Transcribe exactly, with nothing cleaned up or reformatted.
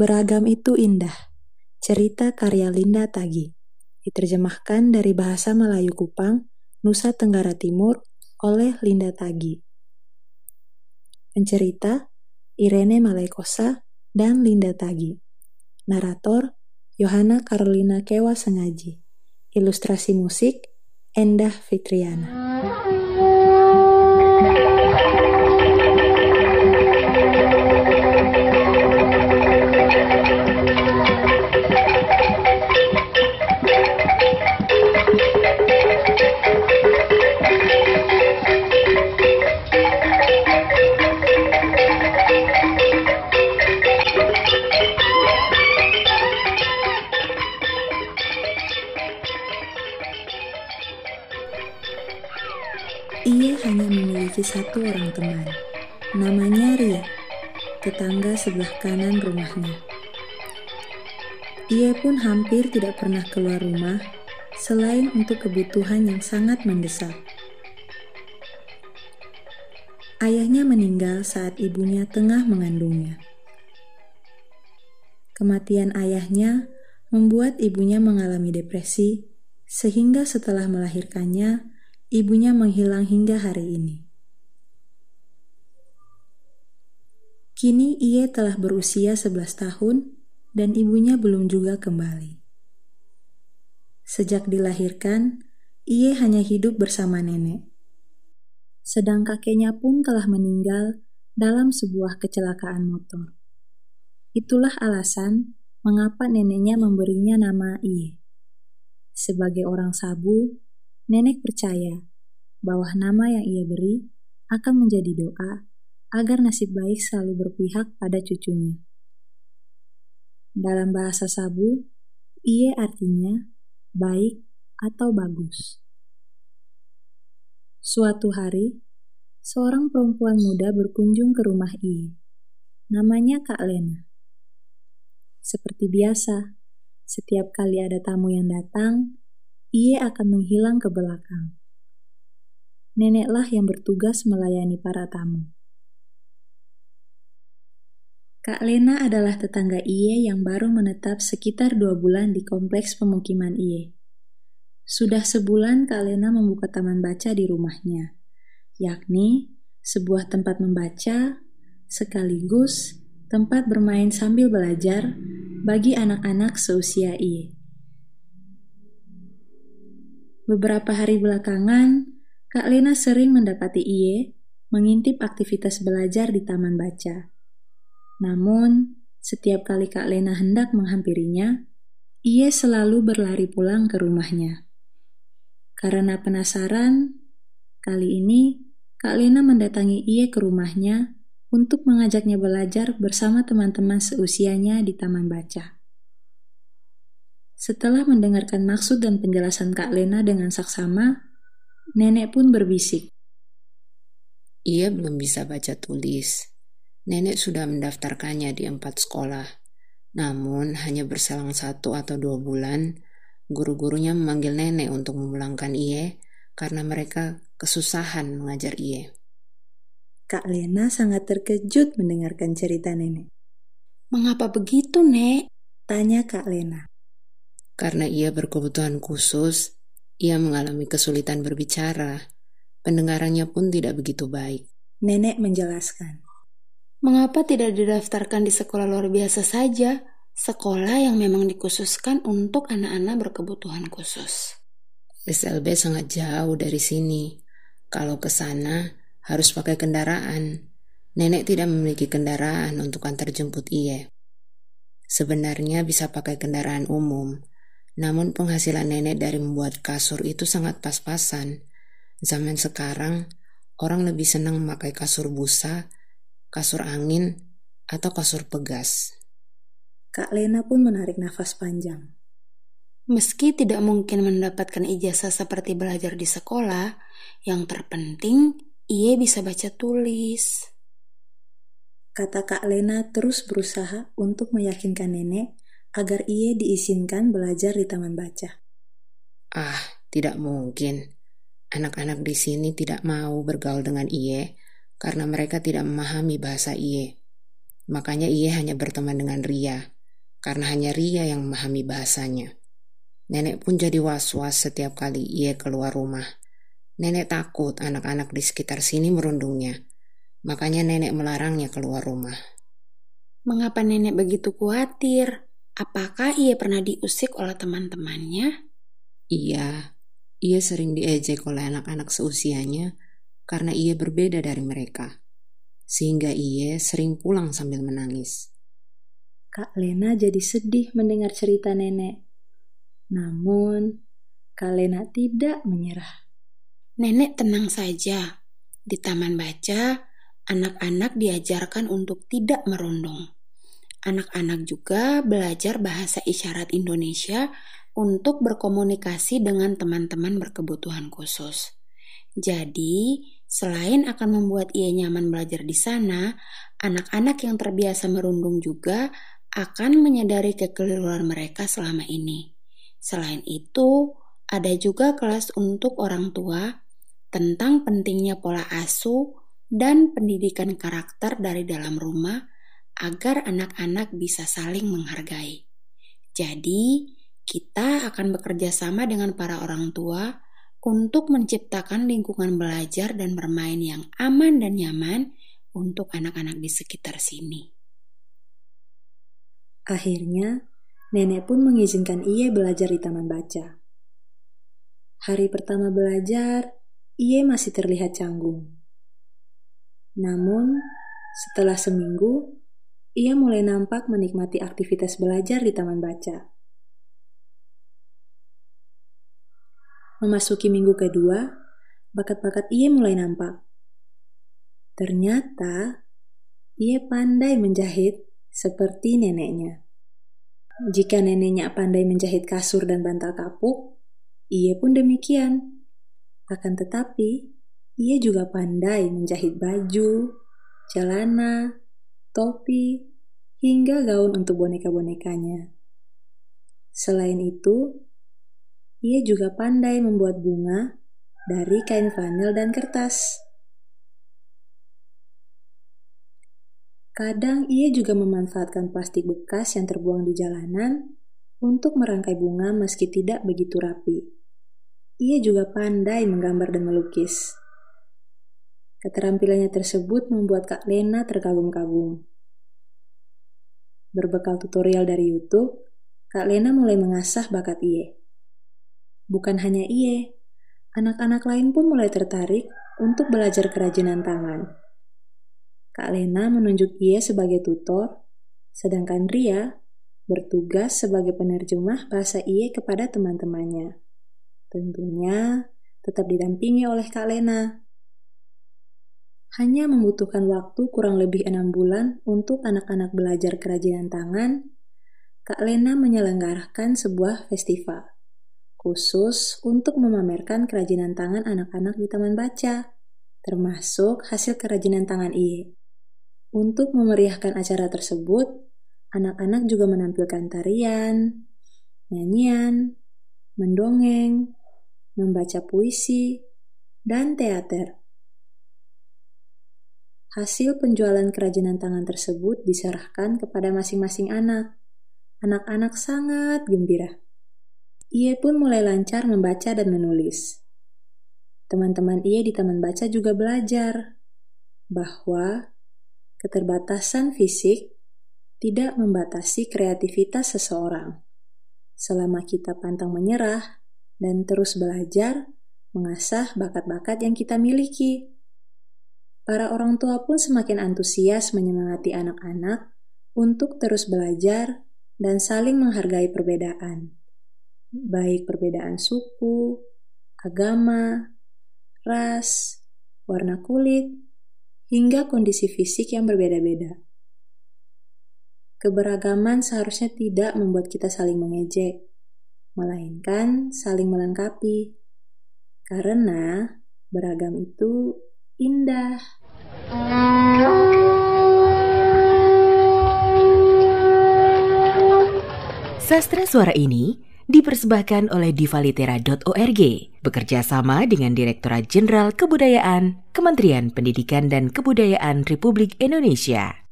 Beragam itu indah. Cerita karya Linda Tagi. Diterjemahkan dari bahasa Melayu Kupang, Nusa Tenggara Timur oleh Linda Tagi. Pencerita Irene Malekosa dan Linda Tagi. Narator Yohana Carolina Kewa Sengaji. Ilustrasi musik Endah Fitriana. Ia hanya memiliki satu orang teman, namanya Ria, tetangga sebelah kanan rumahnya. Ia pun hampir tidak pernah keluar rumah, selain untuk kebutuhan yang sangat mendesak. Ayahnya meninggal saat ibunya tengah mengandungnya. Kematian ayahnya membuat ibunya mengalami depresi, sehingga setelah melahirkannya, ibunya menghilang hingga hari ini. Kini ia telah berusia sebelas tahun dan ibunya belum juga kembali. Sejak dilahirkan, ia hanya hidup bersama nenek. Sedang kakeknya pun telah meninggal dalam sebuah kecelakaan motor. Itulah alasan mengapa neneknya memberinya nama Iye. Sebagai orang Sabu, nenek percaya bahwa nama yang ia beri akan menjadi doa agar nasib baik selalu berpihak pada cucunya. Dalam bahasa Sabu, Iye artinya baik atau bagus. Suatu hari, seorang perempuan muda berkunjung ke rumah Iye. Namanya Kak Lena. Seperti biasa, setiap kali ada tamu yang datang, Iye akan menghilang ke belakang. Neneklah yang bertugas melayani para tamu. Kak Lena adalah tetangga Iye yang baru menetap sekitar dua bulan di kompleks pemukiman Iye. Sudah sebulan Kak Lena membuka taman baca di rumahnya, yakni sebuah tempat membaca sekaligus tempat bermain sambil belajar bagi anak-anak seusia Iye. Beberapa hari belakangan, Kak Lena sering mendapati Iye mengintip aktivitas belajar di taman baca. Namun, setiap kali Kak Lena hendak menghampirinya, Iye selalu berlari pulang ke rumahnya. Karena penasaran, kali ini Kak Lena mendatangi Iye ke rumahnya untuk mengajaknya belajar bersama teman-teman seusianya di taman baca. Setelah mendengarkan maksud dan penjelasan Kak Lena dengan saksama, nenek pun berbisik. Ia belum bisa baca tulis. Nenek sudah mendaftarkannya di empat sekolah. Namun hanya berselang satu atau dua bulan, guru-gurunya memanggil nenek untuk memulangkan Iye karena mereka kesusahan mengajar Iye. Kak Lena sangat terkejut mendengarkan cerita nenek. "Mengapa begitu, Nek?" tanya Kak Lena. Karena ia berkebutuhan khusus, ia mengalami kesulitan berbicara. Pendengarannya pun tidak begitu baik. Nenek menjelaskan. Mengapa tidak didaftarkan di sekolah luar biasa saja? Sekolah yang memang dikhususkan untuk anak-anak berkebutuhan khusus. S L B sangat jauh dari sini. Kalau ke sana, harus pakai kendaraan. Nenek tidak memiliki kendaraan untuk antar jemput Iye. Sebenarnya bisa pakai kendaraan umum. Namun penghasilan nenek dari membuat kasur itu sangat pas-pasan. Zaman sekarang, orang lebih senang memakai kasur busa, kasur angin, atau kasur pegas. Kak Lena pun menarik nafas panjang. Meski tidak mungkin mendapatkan ijazah seperti belajar di sekolah, yang terpenting Iye bisa baca tulis. Kata Kak Lena terus berusaha untuk meyakinkan nenek agar Iye diizinkan belajar di taman baca. Ah, tidak mungkin. Anak-anak di sini tidak mau bergaul dengan Iye karena mereka tidak memahami bahasa Iye. Makanya Iye hanya berteman dengan Ria. karena hanya Ria yang memahami bahasanya. Nenek pun jadi was-was setiap kali ia keluar rumah. Nenek takut anak-anak di sekitar sini merundungnya. Makanya nenek melarangnya keluar rumah. Mengapa nenek begitu khawatir? Apakah ia pernah diusik oleh teman-temannya? Iya, ia sering diejek oleh anak-anak seusianya karena ia berbeda dari mereka. Sehingga ia sering pulang sambil menangis. Kak Lena jadi sedih mendengar cerita nenek. Namun, Kak Lena tidak menyerah. Nenek tenang saja. Di taman baca, anak-anak diajarkan untuk tidak merundung. Anak-anak juga belajar bahasa isyarat Indonesia untuk berkomunikasi dengan teman-teman berkebutuhan khusus. Jadi, selain akan membuat ia nyaman belajar di sana, anak-anak yang terbiasa merundung juga akan menyadari kekeliruan mereka selama ini. Selain itu, ada juga kelas untuk orang tua tentang pentingnya pola asuh dan pendidikan karakter dari dalam rumah agar anak-anak bisa saling menghargai. Jadi, kita akan bekerja sama dengan para orang tua untuk menciptakan lingkungan belajar dan bermain yang aman dan nyaman untuk anak-anak di sekitar sini. Akhirnya, nenek pun mengizinkan ia belajar di taman baca. Hari pertama belajar, ia masih terlihat canggung. Namun, setelah seminggu, ia mulai nampak menikmati aktivitas belajar di taman baca. Memasuki minggu kedua, bakat-bakat ia mulai nampak. Ternyata, ia pandai menjahit seperti neneknya. Jika neneknya pandai menjahit kasur dan bantal kapuk, ia pun demikian. Akan tetapi, ia juga pandai menjahit baju, celana, topi, hingga gaun untuk boneka-bonekanya. Selain itu, ia juga pandai membuat bunga dari kain flanel dan kertas. Kadang ia juga memanfaatkan plastik bekas yang terbuang di jalanan untuk merangkai bunga meski tidak begitu rapi. Ia juga pandai menggambar dan melukis. Keterampilannya tersebut membuat Kak Lena terkagum-kagum. Berbekal tutorial dari YouTube, Kak Lena mulai mengasah bakat ia. Bukan hanya ia, anak-anak lain pun mulai tertarik untuk belajar kerajinan tangan. Kak Lena menunjuk ia sebagai tutor, sedangkan Ria bertugas sebagai penerjemah bahasa ia kepada teman-temannya. Tentunya tetap didampingi oleh Kak Lena. Hanya membutuhkan waktu kurang lebih enam bulan untuk anak-anak belajar kerajinan tangan, Kak Lena menyelenggarakan sebuah festival khusus untuk memamerkan kerajinan tangan anak-anak di taman baca, termasuk hasil kerajinan tangan ia. Untuk memeriahkan acara tersebut, anak-anak juga menampilkan tarian, nyanyian, mendongeng, membaca puisi, dan teater. Hasil penjualan kerajinan tangan tersebut diserahkan kepada masing-masing anak. Anak-anak sangat gembira. Ia pun mulai lancar membaca dan menulis. Teman-teman ia di taman baca juga belajar bahwa keterbatasan fisik tidak membatasi kreativitas seseorang. Selama kita pantang menyerah dan terus belajar, mengasah bakat-bakat yang kita miliki. Para orang tua pun semakin antusias menyemangati anak-anak untuk terus belajar dan saling menghargai perbedaan, baik perbedaan suku, agama, ras, warna kulit, hingga kondisi fisik yang berbeda-beda. Keberagaman seharusnya tidak membuat kita saling mengejek, melainkan saling melengkapi, karena beragam itu indah. Sastra Suara ini dipersembahkan oleh divalitera dot org bekerja sama dengan Direktorat Jenderal Kebudayaan Kementerian Pendidikan dan Kebudayaan Republik Indonesia.